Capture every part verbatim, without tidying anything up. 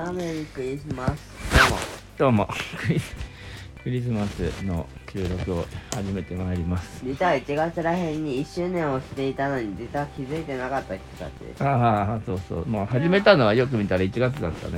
あメリークリスマス。 どうもクリスクリスマスの収録を始めてまいります。 実はいちがつらへんにいっしゅうねんをしていたのに、実は気づいてなかった人たちです。 ああ、そうそう、もう始めたのはよく見たらいちがつだったね。 ね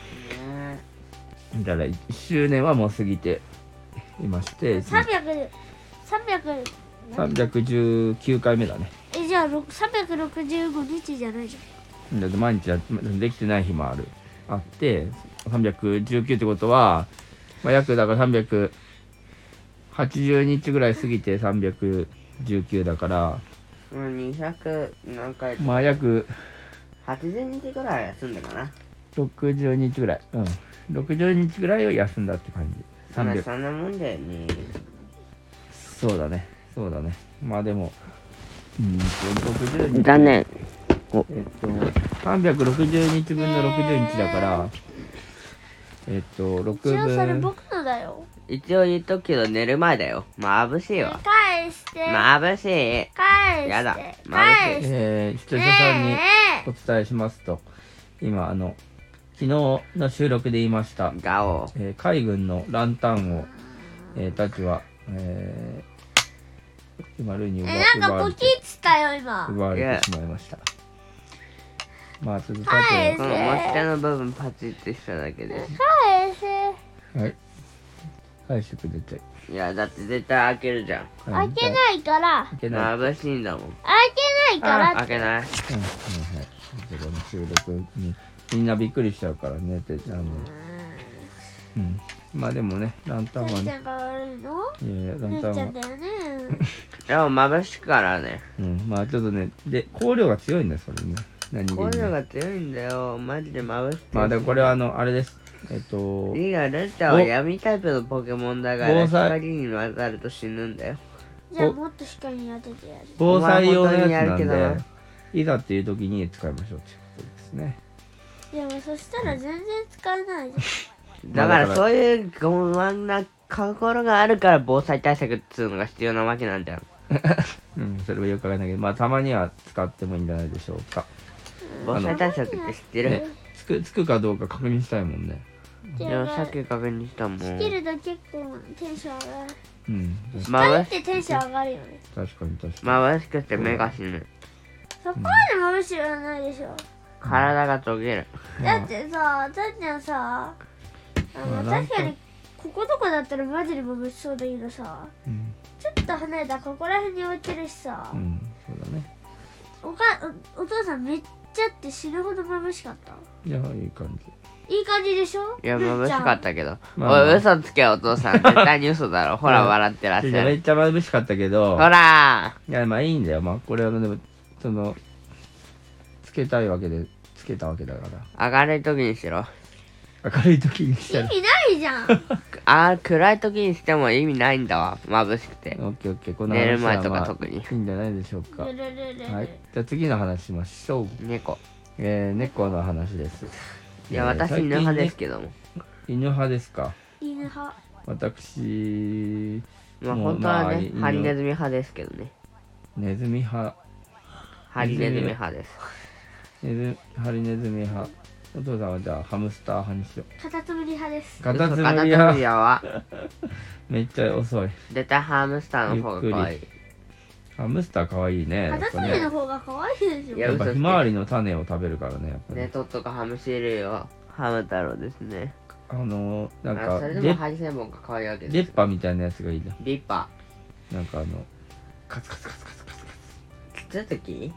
見たらいっしゅうねんはもう過ぎていまして、 さんびゃく、さんびゃく、 さんびゃくじゅうきゅうかいめだね。 え、じゃあさんびゃくろくじゅうごにちじゃないじゃん。 だって毎日やできてない日もあるあってさんびゃくじゅうきゅうってことは、まあ、約だからさんびゃくはちじゅうにちぐらい過ぎてさんびゃくじゅうきゅうだからえ。もうにひゃく何回まあ約はちじゅうにちぐらい休んだかな。 ろくじゅうにちぐらい、うんろくじゅうにちぐらいを休んだって感じ。 まあさんびゃくそんなもんだよね。 そうだねそうだねまあでもうんろくじゅうにち残念。 えっとさんびゃくろくじゅうにちぶんのろくじゅうにちだからえっとろく一応それぶん僕のだよ。 一応言っとくけど寝る前だよ。眩しいわ。 返して。 眩しい。 返して。 やだ返して。 えー、視聴者さんにねお伝えしますと、今あの昨日の収録で言いました、 ガオ。 えー海軍のランタンを、えーたちは、えー、今ルーに奪え、なんかポ奪われてキッつったよ今。 奪われてしまいました。まあちょっとさてこの持ち手の部分パチってしただけです。 返して。 はい返してくれていやだって絶対開けるじゃん。 開けないから。 開けない眩しいんだもん。 開けないからって。 開けない。 うん、はいはい。この収録にみんなびっくりしちゃうからねってあのうんまあでもねランタンはねてんちゃんが悪いの？ いやいやランてタンはんちゃんだよね。 でも眩しいからね。 うんまあちょっとねで光量が強いんだよそれね何気にね光量が強いんだよ。マジで眩しい。 まあでもこれはあのあれですえっといや、ルンタは闇タイプのポケモンだから防災光に当たると死ぬんだよ。 じゃあもっと光に当ててやる。 防災用のやつなんお前本当にやるでいざっていう時に使いましょうっていうことですね。 でもそしたら全然使えないじだからそういう傲慢な心があるから防災対策っていうのが必要なわけなんだよ。 うんそれはよくわかんないけどまあたまには使ってもいいんじゃないでしょうか。 防災対策って知ってる？ ねつくつくかどうか確認したいもんね。 ゃん。 でもさっき確認したもん。 つけると結構テンション上がる。 うん光っ眩してテンション上がるよね。 確かに確か眩しくて目が死ぬ。 そこまで眩しくはないでしょ。 体が溶ける。 だってさ、たっちゃんさ、あのまあ確かにこことかだったらマジで眩しそうだけどさ、 にうんちょっと離れたらここら辺に置いてるしさ、 うんそうだね。 おかおお父さんめっちゃって死ぬほど眩しかった。 いやいい感じ。 いい感じでしょ？ いや、眩しかったけど。 まあまあおい、嘘つけよ、お父さん。絶対に嘘だろ。ほら、笑ってらっしいやゃる。 めっちゃ眩しかったけどほらいやまあいいんだよまあこれはでもそのつけたいわけでつけたわけだからー、明るい時にしろ。 明るい時にしたら意味ないじゃん。 あー、暗い時にしても意味ないんだわ。眩しくて。 オッケーオッケーこの寝る話は前とかまあ特にいいんじゃないでしょうか。 ルルルルルはいじゃあ次の話しましょう。 猫。 えー、猫の話です。 いや、 えー私犬派ですけども。 最近ね犬派ですか。 犬派。 私まあ、 もう本当はまあ犬、 ねハリネズミ派ですけどね。 ネズミ派ハリネズミ派です。 ネズハリネズミ派。お父さんはじゃあハムスター派にしよカタツムリ派です。 う。カタツムリカタツムリ派派は、 めっちゃ遅い。 絶対ハムスターの方が可愛い。 ハムスター可愛いね。やカタツムっぱねリの方が可愛いでしょ。 いややっぱ嘘つけひまわりの種を食べるからねやっぱネね。 トとかハムシ類はハム太郎ですね。 あのー、なんあかレそれでもハリセンボンが可愛いわけレです。 ッパみたいなやつがいいじゃリッパん。なんかあのカツカツカツカツカツカー。キツツキ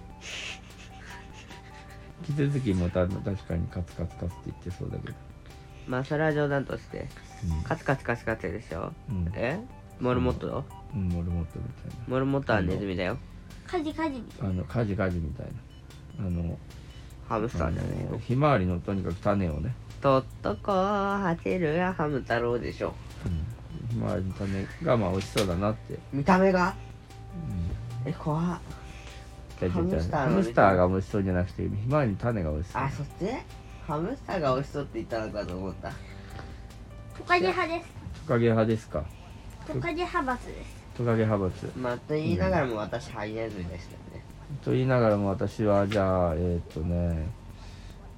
ツ。キツツキもた確かにカツカツカツって言ってそうだけど。 まあそれは冗談として。 うんカツカツカツカツでしょ。 うんえモルモットうん、モルモットみたいモルモットはネズミだよ。 カジカジみたいな。あのカジカジみたいな。あのハムスターじゃねえよ。 ひまわりのとにかく種をね、 とっとこはちるがハム太郎でしょ。 うん、ひまわりの種がまあ美味しそうだなって。 見た目がうんえ、怖っ。 違う違う違うハムスターのハムスターが美味しそうじゃなくてひまわりの種が美味しそう。 あ、そっちハムスターが美味しそうって言ったのかと思った。 な。トカゲ派です。 トカゲ派ですか。 トカゲ派閥です。 トカゲ派閥まあ、と言いながらも私ハリネズミでしたよね。 と言いながらも私はじゃあえーっとね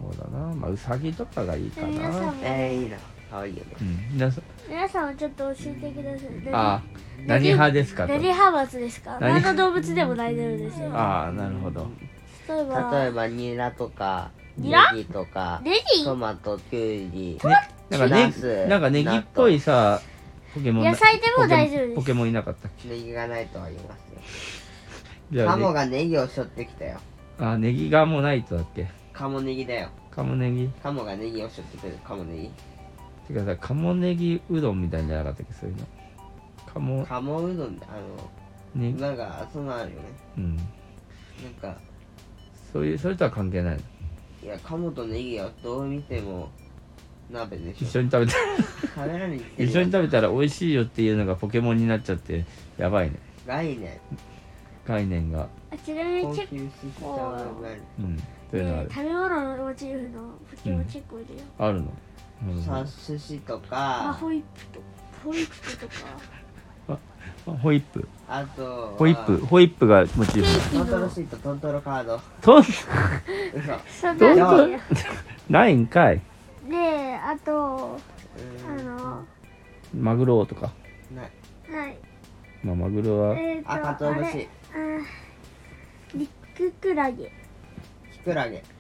そうだな、まあウサギとかがいいかな。 皆さんも、 えー、いいな。かわいいよね。 うん皆さん皆さんもちょっと教えてください。 あ何派ですかと。 何派閥ですか？ 何何の動物でも大丈夫ですよ。 ああなるほど。 例えば、 例えばニラとかネニラギとかネギトマト、キュウリ、 なんかねナスなんかネギっぽいさポケモンな野菜でも大丈夫ですポケポケモンいなかったっネギがないとは言いますよ。 け。じゃあねカモがネギを背負ってきたよ。 あネギがもうないとだっけ。 カモネギだよ。 カモネギカモがネギを背負ってくるカモネギ。 てかさカモネギうどんみたいんじゃなかったっけそういうの。カモカモうどんあネギのなんかそんなのあるよね。 うんなんかそういうそれとは関係ないの。 いやカモとネギはどう見ても鍋でしょ。 一緒に食べた食べられに来てるよ一緒に食べたら美味しいよっていうのがポケモンになっちゃってやばいね概念概念が。 あちなみに結高級しちゃうぐらい。 うんそういうのある、 構食べ物のモチーフのポケモン結構いるよ。 あるの、うんさ寿司とあかホイップとホイップとかあホイップあとはホイップホイップがモチーフ。 トントロシートトントロカードとん嘘そんどんなどんんでないんかい。 であとうあんのマグロとか、 ないないまあ、マグロはえーとあカツオあれ節あリククラゲキクラゲ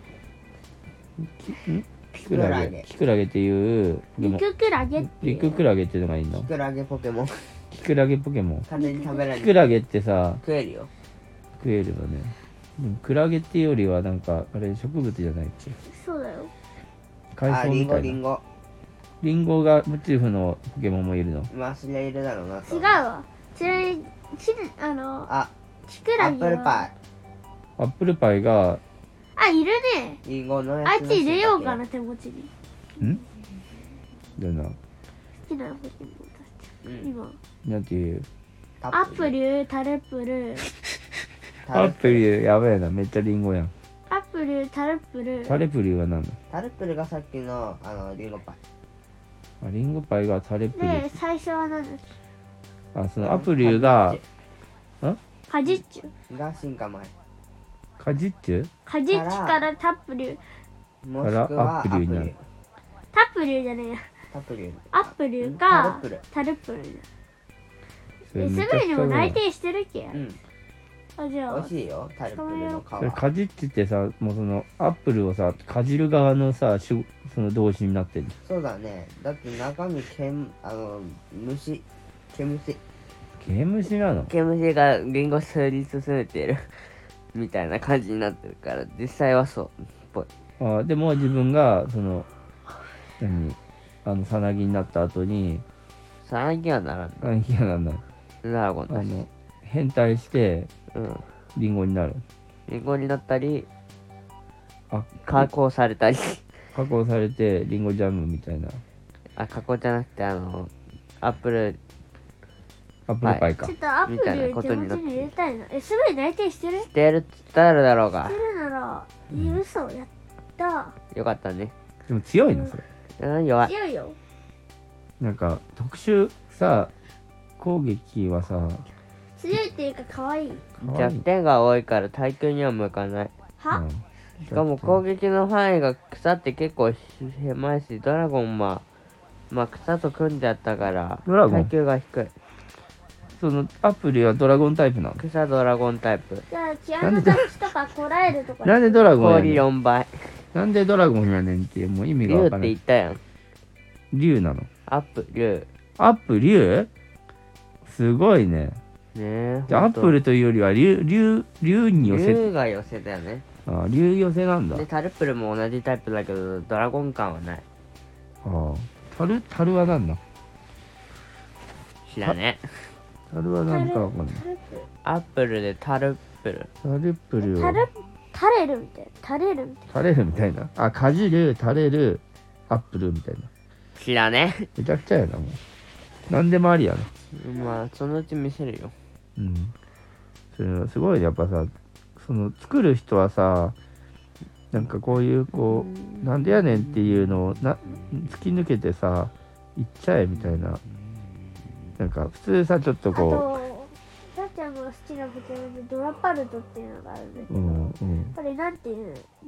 キクラゲキクラゲっていうでもリククラゲってリククラゲっていうのがいいの。 キクラゲポケモンキクラゲポケモン。 完全に食べられるキクラゲってさ食えるよ食えるよね。でもクラゲっていうよりはなんかあれ植物じゃないっけ。 そうだよ海あリン藻みたいな。 ゴリンゴリンゴがモチーフのポケモンもいるの。 まあそりゃいるだろうなと違うわちなみにきあのあキクアッラゲはプルパアップルパイがあいるねイリンゴのやつあっち入れようかのな手持ちにんだな好きなポケモンたちうん今なんていうタアップルタルプルアップルやべえなめっちゃリンゴやん。 アップルタルプルタレプリは何だ。 タルプルがさっきのあのリンゴパイあリンゴパイがタレプリ。 で最初は何だっけあそのアプリがカジッチュが進化前カジッチュカジッチュからタップリュもしくはからアップルになるタップリュじゃねえやタプリュアップリュタかルプルタルプルそれえすめちゃくちゃぐにも内定してるっけうんあじゃあ美味しいよタルプルの皮それカジッチュってさもうそのアップルをさかじる側のさしゅその動詞になってる。 そうだねだって中身けんあの虫毛虫ゲームシなの。 毛虫がリンゴすり進めてるみたいな感じになってるから実際はそうっぽいあでも自分がその何あのさなぎになった後にさなぎはならんあいやなんだドラゴンだしあの変態してうんリンゴになる。 リンゴになったりあ加工されたり加工されてリンゴジャムみたいなあ加工じゃなくてあのアップルアップルパイか、 ちょっとアップみたいなル手ことになって持ちに入れたいなえすぐに内定してるししてるっつったらだろうがてるならうん嘘やったよかったねでも強いのそれ。 うん弱い強いよなんか特殊さ攻撃はさ強いっていうか可愛い弱点が多いから耐久には向かないは、 うんしかも攻撃の範囲が草って結構狭いしドラゴンはまあ草と組んじゃったからドラゴン耐久が低いそのアプリはドラゴンタイプなの。 草ドラゴンタイプじゃあキアノタチとかコラエルとかなんでドラゴンや氷ねん。 よんばいなんでドラゴンやねんっていうもう意味が竜ってわからない。 言ったやん竜なの。 アップ竜アップ竜すごいね。 ねえじゃあアップルというよりは竜竜竜に寄せ竜が寄せだよねあ竜寄せなんだ。 でタルプルも同じタイプだけどドラゴン感はないああタルタルは何だ。 知らねタルは何かわかんない。 タルアップルでタルプルタルプルをタルタレルみたいなタレルみたいタレるみたいな。あかじるタレるアップルみたいな。 知らねめちゃくちゃやなもう。何でもありやな。 まあそのうち見せるようん。それすごいねやっぱさその作る人はさなんかこういうこうなんでやねんっていうのをな突き抜けてさ言っちゃえみたいな。なんか普通さちょっとなあことさっちゃんが好きなポケモンでドラパルトっていうのがあるんだけう、 ど、 うんうん、 これなんていう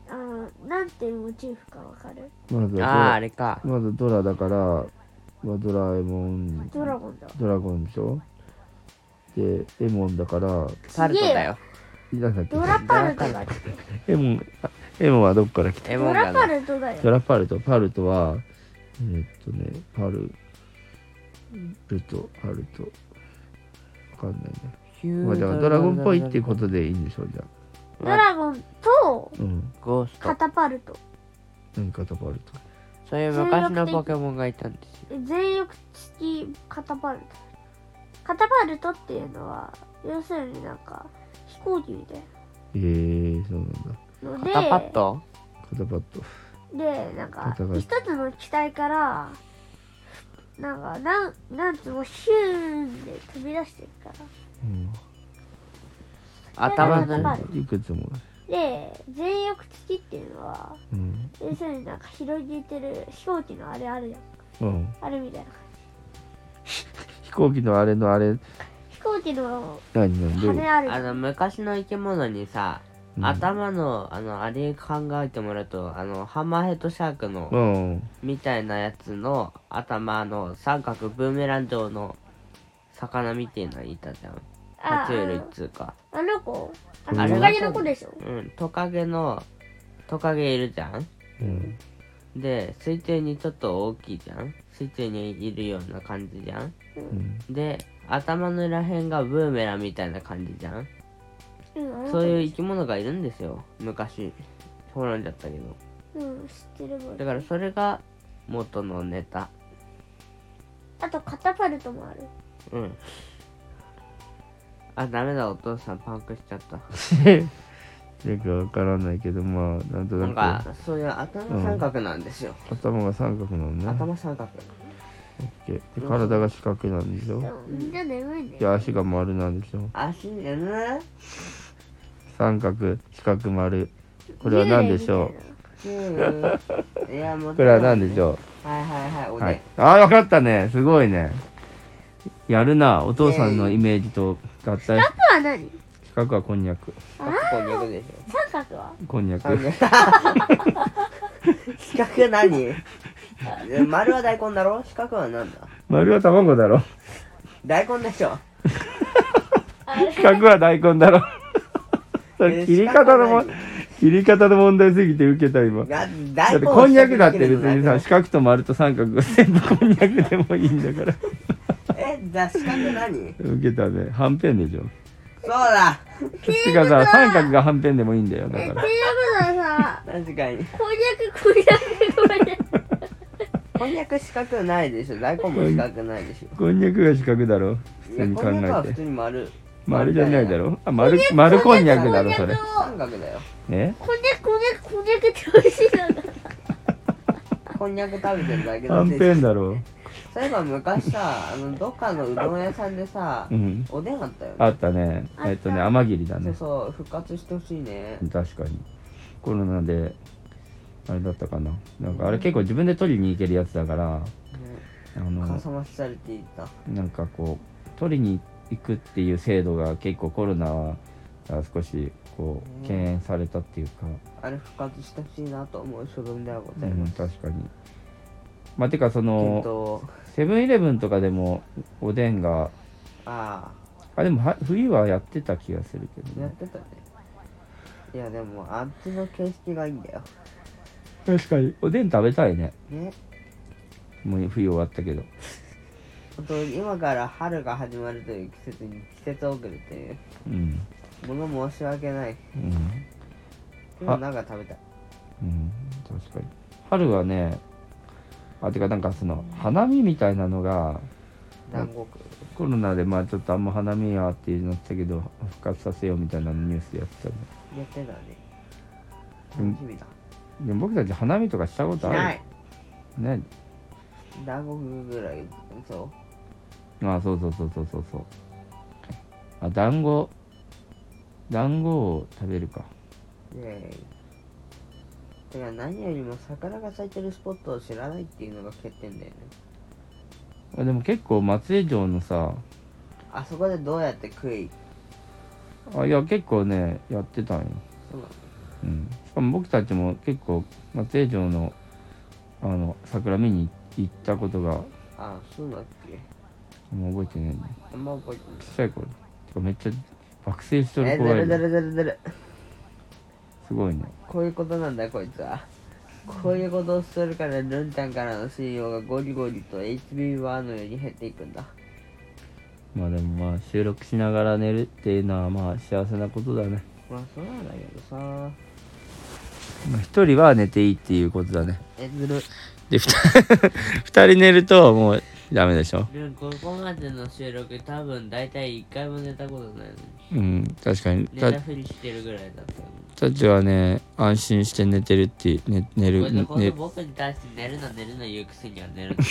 あのなんてモチーフかわかる？ まずはドああ、あラれか。 まずドラだから、まあ、ドラえもんドラゴンだ。 ドラゴンでしょ。でエモンだからパルトだよ。 なんだっけドラパルトだっけ？ エモンあエモンはどっから来た？ エモドラパンがな。 ルトだよ。 ドラパルトパルトはえーっとねパルルトパルトわかんないね。まあじゃあドラゴンっぽいっていうことでいいんでしょう。じゃドラゴンとあうんゴーストカ。タパルト。 何カタパルト。 そういう昔のポケモンがいたんですよ。 全力付きカタパルト。カタパルトっていうのは要するになんか飛行機みたいえー、そうなんだ。 なので、 カタパッドカタパットでなんかカタパル一つの機体からなんかなんなんつうのヒューンで飛び出してるから。 うん頭カタパルの。 いくつもで全力付きっていうのはうん要するになんか広げてる飛行機のあれあるじゃん。 うんあれみたいな。 飛行機のあれのあれ飛行機の何なんで羽あるじゃん。 あの、昔の生き物にさ、 うん頭の、あの、あれ考えてもらうと、あの、ハンマーヘッドシャークの、 うんみたいなやつの頭の三角ブーメラン状の魚みてえのいたじゃん。爬あ虫類っつうか。 あの子あうんのトカゲの子でしょ。 うん、トカゲの、トカゲいるじゃん。 うんで、水中にちょっと大きいじゃん。水中にいるような感じじゃん。 うんで、頭の裏辺がブーメランみたいな感じじゃん。 うん、あの子そういう生き物がいるんですよ。昔。滅んじゃったけど。 うん、知ってるもん。 だからそれが元のネタ。 あとカタパルトもある。 うん。あ、ダメだ、お父さんパンクしちゃった。 よくわからないけどまあなんとなんなくか、そういう頭三角なんですよ。 頭が三角なのね。 頭三角。 オッケーで体が四角なんでしょ。 でもみんな眠いね。 で足が丸なんでしょ。 足ねむ三角四角丸これは何でしょうんいや、もう。これは何でしょう。はいはいはい、おう。 でん。 はい。ああ分かったね。すごいね。やるな。お父さんのイメージと合体。 角は何？ 四角はこんにゃく。 あこんにゃくでし三角は？ こんにゃょ。 く。 四角何え丸は大根だろ、四角はなんだ、 丸は卵だろ。 大根でしょ。 四角は大根だろ。それ切り方のも切り方の問題すぎて受けた今。だだ大根ってこんにゃくだって別にさ大四角と丸と三角が全部こんにゃくでもいいんだから。 根え、じゃあ四角何、 受けたね。はんぺんでしょ。 そうだ、 てかさ三角がはんぺんでもいいんだよだえ、 から。 っていうことはさ、 確かにこんにゃくこんにゃくこんにゃく。 こんにゃく四角ないでしょ、大根も四角ないでしょ。 こんにゃくが四角だろ。普いや、 通に考こんにゃくは普えて。 通に丸丸じゃないだろ。あ丸丸こんにゃくだろそれ。 三角だよ。 ね。 こんにゃくこんにゃくこんにゃくって美味しいのだ。 こんにゃく食べてるだけはんだって。 ぺんだろ。 そういえば昔さ、あのどっかのうどん屋さんでさ、 うん。 おでんあったよね。 あったね。えっとね甘切りだそうね。 そう、復活してほしいね。 確かに。コロナであれだったかな。なんかあれ結構自分で取りに行けるやつだから、あかのさ増しされていた。 なんかこう取りに行くっていう制度が結構コロナは少しこう敬遠されたっていうか、 あれ復活してほしいなと思う所存ではごうんざいます。 確かに。まあてかそけのど、 セブンイレブンとかでもおでんがああでもは冬はやってた気がするけどあ、やっね。 てたね。いやでも、あっちの形式がいいんだよ。 確かにおでん食べたいね。 ね。 もう冬終わったけど。 ほんと今から春が始まるという季節に季節遅れといううんもの申し訳ない。 うんでもなんか食べたい。 うん確かに。春はねあてかなんかその花見みたいなのが南国。 コロナでまあちょっとあんま花見やってなってたけど復活させようみたいなニュースでやってたね。 やってたね。 うん楽しみだ。 でも僕たち花見とかしたこしとあるない。 ね。 南国ぐらい、そあそうそうそうそうそうそう。あ団子団子を食べるか。 う。イェーイ。てか何よりも桜が咲いてるスポットを知らないっていうのが欠点だよね。 あでも結構松江城のさあそこでどうやって食い、 あいや結構ねやってたんよ。 そうなの、 うんかも僕たちも結構松江城のあの桜見に行ったことがあ、そうだっけ。 もう覚えてないね。 あんま覚えて小さい頃てかめっちゃ爆睡しとない。え、 る子がいる。 ずるずるずるずる。 すごいね。 こういうことなんだこいつは。こういうことをするからルンちゃんからの信用がゴリゴリと エイチビーワン のように減っていくんだ。 まあでもまあ収録しながら寝るっていうのはまあ幸せなことだね。 まあそうなんだけどさ。 まあ一人は寝ていいっていうことだね。 え、ずる。 で二二人寝るともうダメでしょ。 ルン、ここまでの収録多分大体一回も寝たことないのに。 うん確かに。 寝たたふりしてるぐらいだったのに。 たちはね安心して寝てるって寝寝るこれでほん寝と僕に対して寝るな寝るな言うくせには寝るんだよ。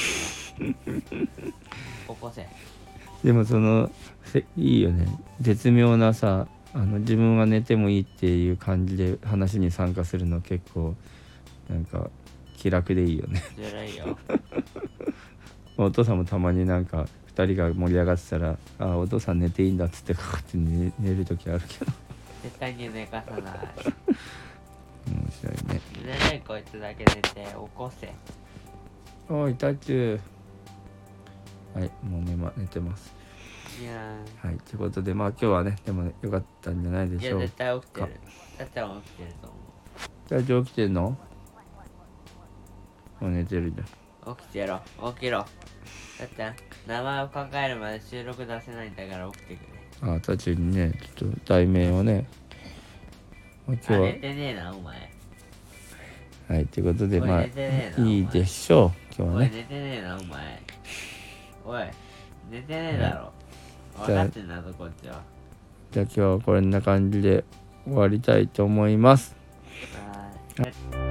起こせ。 でもそのせいいよね。絶妙なさあの自分は寝てもいいっていう感じで話に参加するの結構なんか気楽でいいよね。 ずるいよ。 お父さんもたまになんかふたりが盛り上がってたら「あお父さん寝ていいんだ」っつってかかって寝寝る時あるけど絶対に寝かさない。 面白いね。 寝ないこいつだけ寝て起こせ。 おいタッチュー。はいもう寝,、ま、寝てます。 いやはいということでまあ今日はねでもねよかったんじゃないでー、いしょうや絶対起きてか。 る。だったら起きてると思タッチュー起きてんの？もう寝てるじゃん。 う。起きてろ、起きろ。だって名前を考えるまで収録出せないんだから起きてくれ。 あタッチューにねちょっと題名をね、まあ、今日あ、 は寝てねえなお前。 はいということでおいまあ寝てねえないいでしょう今日おいはね。 寝てねえなお前。おい寝てねえだろ。 じゃあ分かってんだぞこっちは。 じゃあ今日はこんな感じで終わりたいと思います。 はーい。